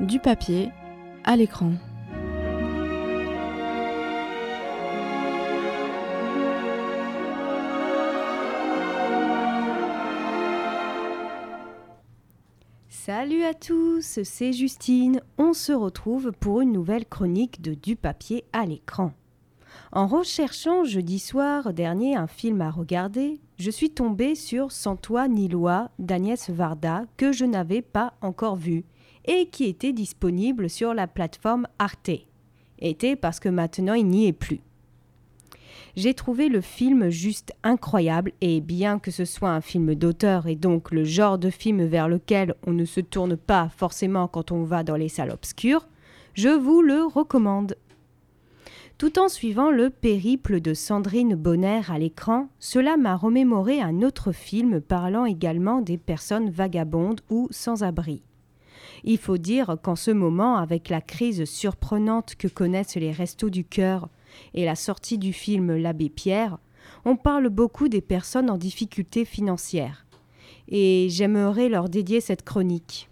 Du papier à l'écran. Salut à tous, c'est Justine. On se retrouve pour une nouvelle chronique de Du papier à l'écran. En recherchant jeudi soir dernier un film à regarder, je suis tombée sur Sans toi ni loi d'Agnès Varda que je n'avais pas encore vu et qui était disponible sur la plateforme Arte. Était parce que maintenant il n'y est plus. J'ai trouvé le film juste incroyable et bien que ce soit un film d'auteur et donc le genre de film vers lequel on ne se tourne pas forcément quand on va dans les salles obscures, je vous le recommande. Tout en suivant le périple de Sandrine Bonner à l'écran, cela m'a remémoré un autre film parlant également des personnes vagabondes ou sans-abri. Il faut dire qu'en ce moment, avec la crise surprenante que connaissent les Restos du Cœur et la sortie du film L'Abbé Pierre, on parle beaucoup des personnes en difficulté financière. Et j'aimerais leur dédier cette chronique.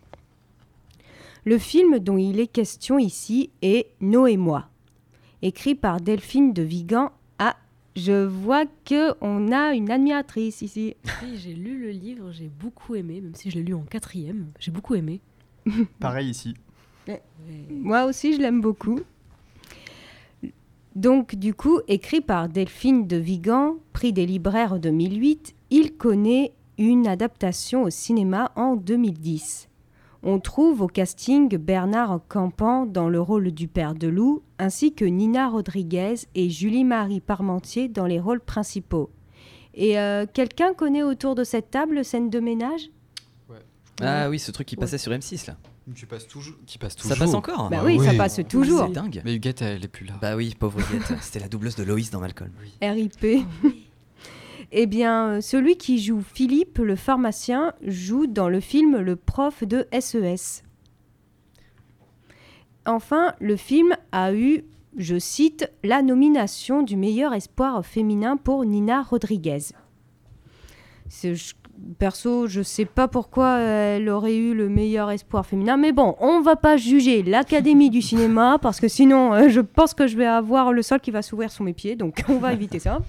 Le film dont il est question ici est Nos et moi, écrit par Delphine de Vigan. Ah, je vois qu'on a une admiratrice ici. Oui, j'ai lu le livre, j'ai beaucoup aimé, même si je l'ai lu en 4e, j'ai beaucoup aimé. Pareil ici. Moi aussi, je l'aime beaucoup. Donc, du coup, écrit par Delphine de Vigan, prix des libraires 2008, il connaît une adaptation au cinéma en 2010. On trouve au casting Bernard Campan dans le rôle du père de Lou, ainsi que Nina Rodriguez et Julie-Marie Parmentier dans les rôles principaux. Et quelqu'un connaît autour de cette table Scène de ménage ? Ah oui, ce truc qui passait sur M6 là. Qui passe toujours. Ça passe encore. Bah oui, ça passe toujours. C'est dingue. Mais Huguette, elle est plus là. Bah oui, pauvre Huguette. C'était la doubleuse de Loïs dans Malcolm. Oui. RIP. Eh bien, celui qui joue Philippe, le pharmacien, joue dans le film le prof de SES. Enfin, le film a eu, je cite, la nomination du meilleur espoir féminin pour Nina Rodriguez. Perso, je sais pas pourquoi elle aurait eu le meilleur espoir féminin, mais bon, on va pas juger l'Académie du cinéma, parce que sinon, je pense que je vais avoir le sol qui va s'ouvrir sous mes pieds, donc on va éviter ça.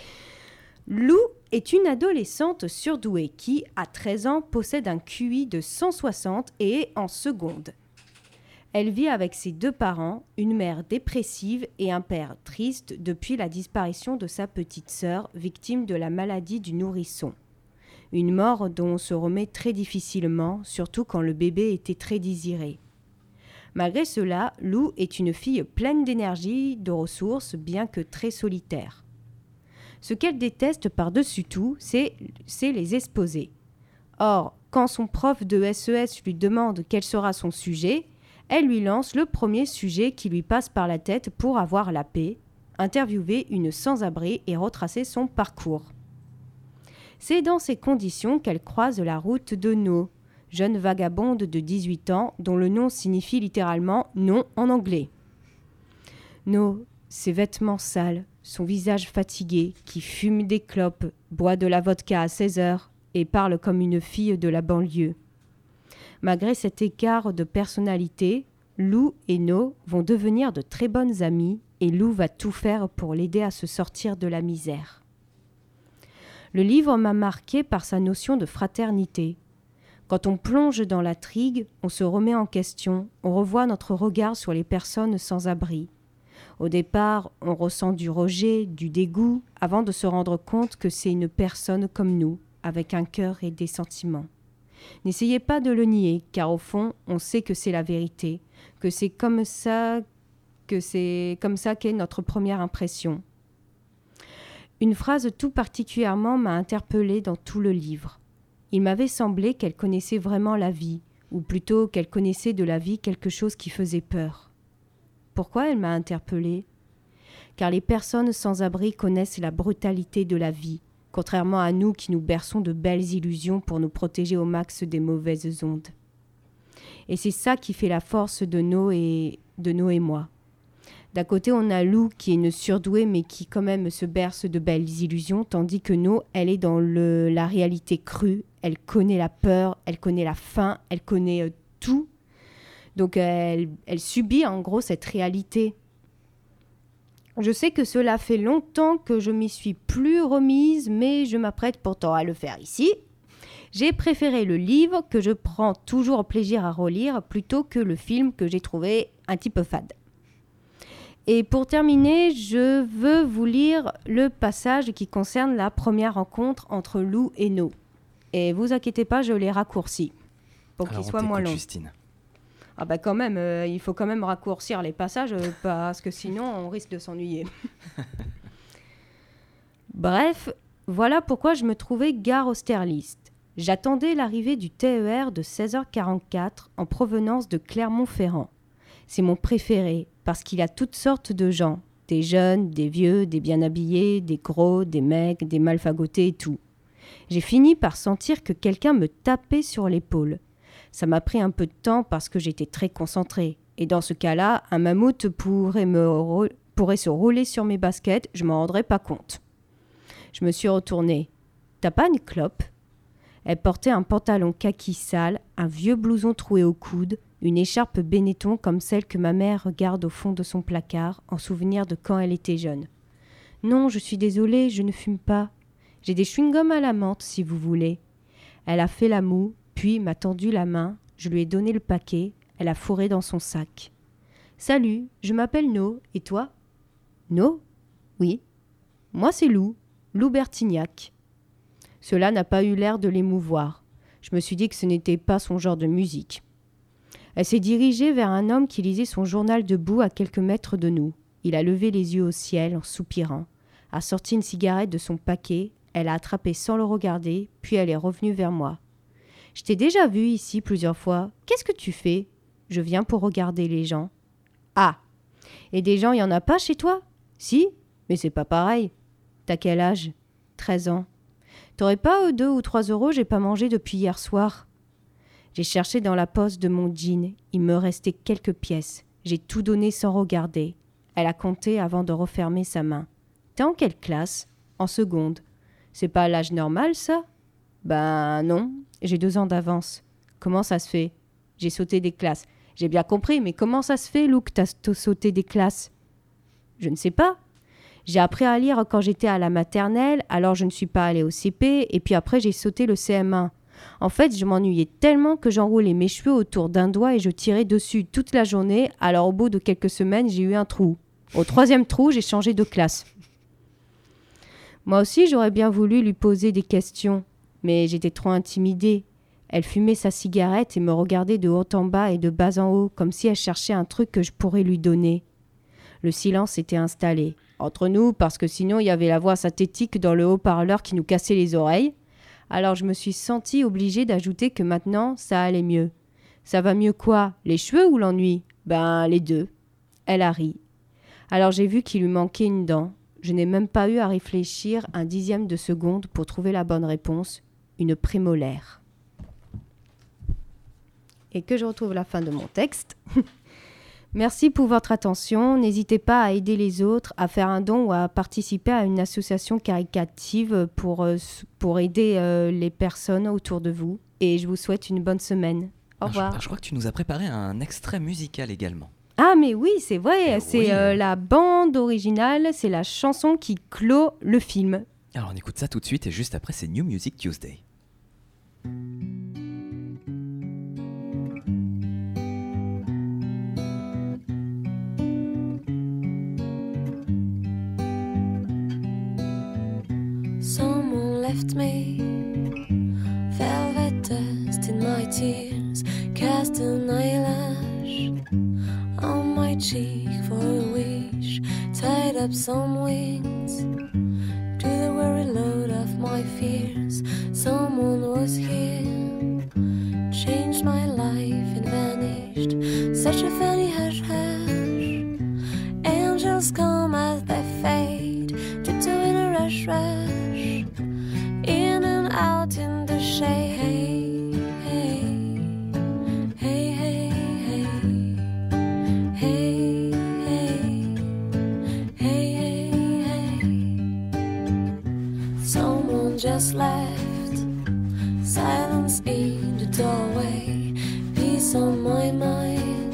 Lou est une adolescente surdouée qui, à 13 ans, possède un QI de 160 et est en seconde. Elle vit avec ses 2 parents, une mère dépressive et un père triste depuis la disparition de sa petite sœur, victime de la maladie du nourrisson. Une mort dont on se remet très difficilement, surtout quand le bébé était très désiré. Malgré cela, Lou est une fille pleine d'énergie, de ressources, bien que très solitaire. Ce qu'elle déteste par-dessus tout, c'est les exposés. Or, quand son prof de SES lui demande quel sera son sujet, elle lui lance le premier sujet qui lui passe par la tête pour avoir la paix, interviewer une sans-abri et retracer son parcours. C'est dans ces conditions qu'elle croise la route de No, jeune vagabonde de 18 ans dont le nom signifie littéralement « non » en anglais. No, ses vêtements sales, son visage fatigué, qui fume des clopes, boit de la vodka à 16 heures et parle comme une fille de la banlieue. Malgré cet écart de personnalité, Lou et No vont devenir de très bonnes amies et Lou va tout faire pour l'aider à se sortir de la misère. Le livre m'a marqué par sa notion de fraternité. Quand on plonge dans l'intrigue, on se remet en question, on revoit notre regard sur les personnes sans abri. Au départ, on ressent du rejet, du dégoût, avant de se rendre compte que c'est une personne comme nous, avec un cœur et des sentiments. N'essayez pas de le nier, car au fond, on sait que c'est la vérité, que c'est comme ça qu'est notre première impression. Une phrase tout particulièrement m'a interpellée dans tout le livre. Il m'avait semblé qu'elle connaissait vraiment la vie, ou plutôt qu'elle connaissait de la vie quelque chose qui faisait peur. Pourquoi elle m'a interpellée ? Car les personnes sans abri connaissent la brutalité de la vie, contrairement à nous qui nous berçons de belles illusions pour nous protéger au max des mauvaises ondes. Et c'est ça qui fait la force de No et moi. D'un côté, on a Lou qui est une surdouée mais qui quand même se berce de belles illusions, tandis que No, elle est dans la réalité crue, elle connaît la peur, elle connaît la faim, elle connaît tout. Donc elle subit en gros cette réalité. Je sais que cela fait longtemps que je m'y suis plus remise, mais je m'apprête pourtant à le faire ici. J'ai préféré le livre que je prends toujours plaisir à relire plutôt que le film que j'ai trouvé un petit peu fade. Et pour terminer, je veux vous lire le passage qui concerne la première rencontre entre Lou et No. Et vous inquiétez pas, je l'ai raccourci pour qu'il soit moins long. Justine. Ah bah quand même, il faut quand même raccourcir les passages parce que sinon on risque de s'ennuyer. Bref, voilà pourquoi je me trouvais gare Austerlitz. J'attendais l'arrivée du TER de 16h44 en provenance de Clermont-Ferrand. C'est mon préféré parce qu'il y a toutes sortes de gens. Des jeunes, des vieux, des bien habillés, des gros, des mecs, des mal fagotés et tout. J'ai fini par sentir que quelqu'un me tapait sur l'épaule. Ça m'a pris un peu de temps parce que j'étais très concentrée. Et dans ce cas-là, un mammouth pourrait se rouler sur mes baskets, je m'en rendrais pas compte. Je me suis retournée. T'as pas une clope ? Elle portait un pantalon kaki sale, un vieux blouson troué au coude, une écharpe Benetton comme celle que ma mère regarde au fond de son placard en souvenir de quand elle était jeune. Non, je suis désolée, je ne fume pas. J'ai des chewing-gums à la menthe, si vous voulez. Elle a fait la moue, puis m'a tendu la main, je lui ai donné le paquet, elle a fourré dans son sac. « Salut, je m'appelle No, et toi ?»« No ? Oui. Moi c'est Lou Bertignac. » Cela n'a pas eu l'air de l'émouvoir. Je me suis dit que ce n'était pas son genre de musique. Elle s'est dirigée vers un homme qui lisait son journal debout à quelques mètres de nous. Il a levé les yeux au ciel en soupirant, a sorti une cigarette de son paquet, elle a attrapé sans le regarder, puis elle est revenue vers moi. « Je t'ai déjà vu ici plusieurs fois. Qu'est-ce que tu fais ? » ?»« Je viens pour regarder les gens. »« Ah ! Et des gens, il n'y en a pas chez toi ? » ?»« Si, mais c'est pas pareil. »« T'as quel âge ? » ?»« 13 ans. »« T'aurais pas 2 ou 3 euros, j'ai pas mangé depuis hier soir. » J'ai cherché dans la poche de mon jean. Il me restait quelques pièces. J'ai tout donné sans regarder. Elle a compté avant de refermer sa main. « T'es en quelle classe ? » ?»« En seconde. »« C'est pas l'âge normal, ça ? » ?»« Ben non, j'ai 2 ans d'avance. »« Comment ça se fait ? » ?»« J'ai sauté des classes. »« J'ai bien compris, mais comment ça se fait, Lou, que t'as sauté des classes ? » ?»« Je ne sais pas. J'ai appris à lire quand j'étais à la maternelle, alors je ne suis pas allée au CP, et puis après j'ai sauté le CM1. En fait, je m'ennuyais tellement que j'enroulais mes cheveux autour d'un doigt et je tirais dessus toute la journée, alors au bout de quelques semaines, j'ai eu un trou. Au 3e trou, j'ai changé de classe. Moi aussi, j'aurais bien voulu lui poser des questions, mais j'étais trop intimidée. Elle fumait sa cigarette et me regardait de haut en bas et de bas en haut, comme si elle cherchait un truc que je pourrais lui donner. Le silence s'était installé. Entre nous, parce que sinon il y avait la voix synthétique dans le haut-parleur qui nous cassait les oreilles. Alors je me suis sentie obligée d'ajouter que maintenant, ça allait mieux. Ça va mieux quoi ? Les cheveux ou l'ennui ? Ben, les deux. Elle a ri. Alors j'ai vu qu'il lui manquait une dent. Je n'ai même pas eu à réfléchir 1/10 de seconde pour trouver la bonne réponse. Une prémolaire. Et que je retrouve la fin de mon texte. Merci pour votre attention. N'hésitez pas à aider les autres, à faire un don ou à participer à une association caritative pour aider les personnes autour de vous. Et je vous souhaite une bonne semaine. Au revoir. Je crois que tu nous as préparé un extrait musical également. Ah mais oui, c'est vrai. C'est la bande originale, c'est la chanson qui clôt le film. Alors on écoute ça tout de suite et juste après c'est New Music Tuesday. Someone left me velvet dust in my tears, cast an eyelash on my cheek for a wish, tied up some wings to the very load of my fears. Someone was here, changed my life and vanished. Such a funny hush hush. Angels come as they fade, tiptoe in a rush rush, in and out in the shade. Hey, hey, hey, hey, hey, hey, hey, hey, hey, hey. Someone just left, silence in the doorway, peace on my mind.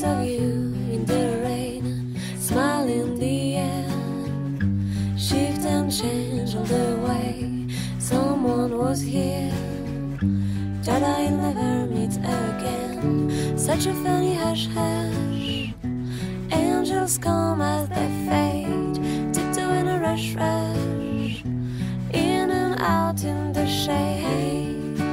of you in the rain, smile in the air, shift and change all the way. Someone was here that I'll never meet again. Such a funny hush hush. Angels come as they fade, tiptoe in a rush rush, in and out in the shade.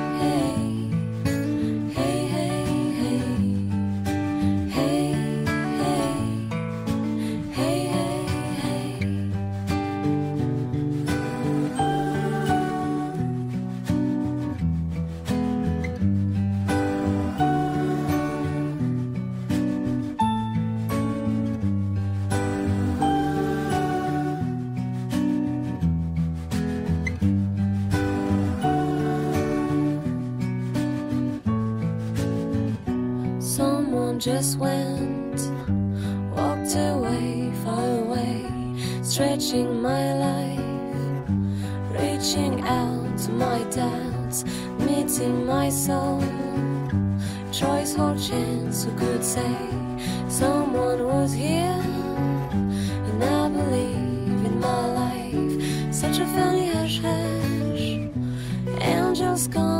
Just went, walked away, far away, stretching my life, reaching out to my doubts, meeting my soul. Choice or chance, who could say? Someone was here, and I believe in my life. Such a funny hush hush. Angels come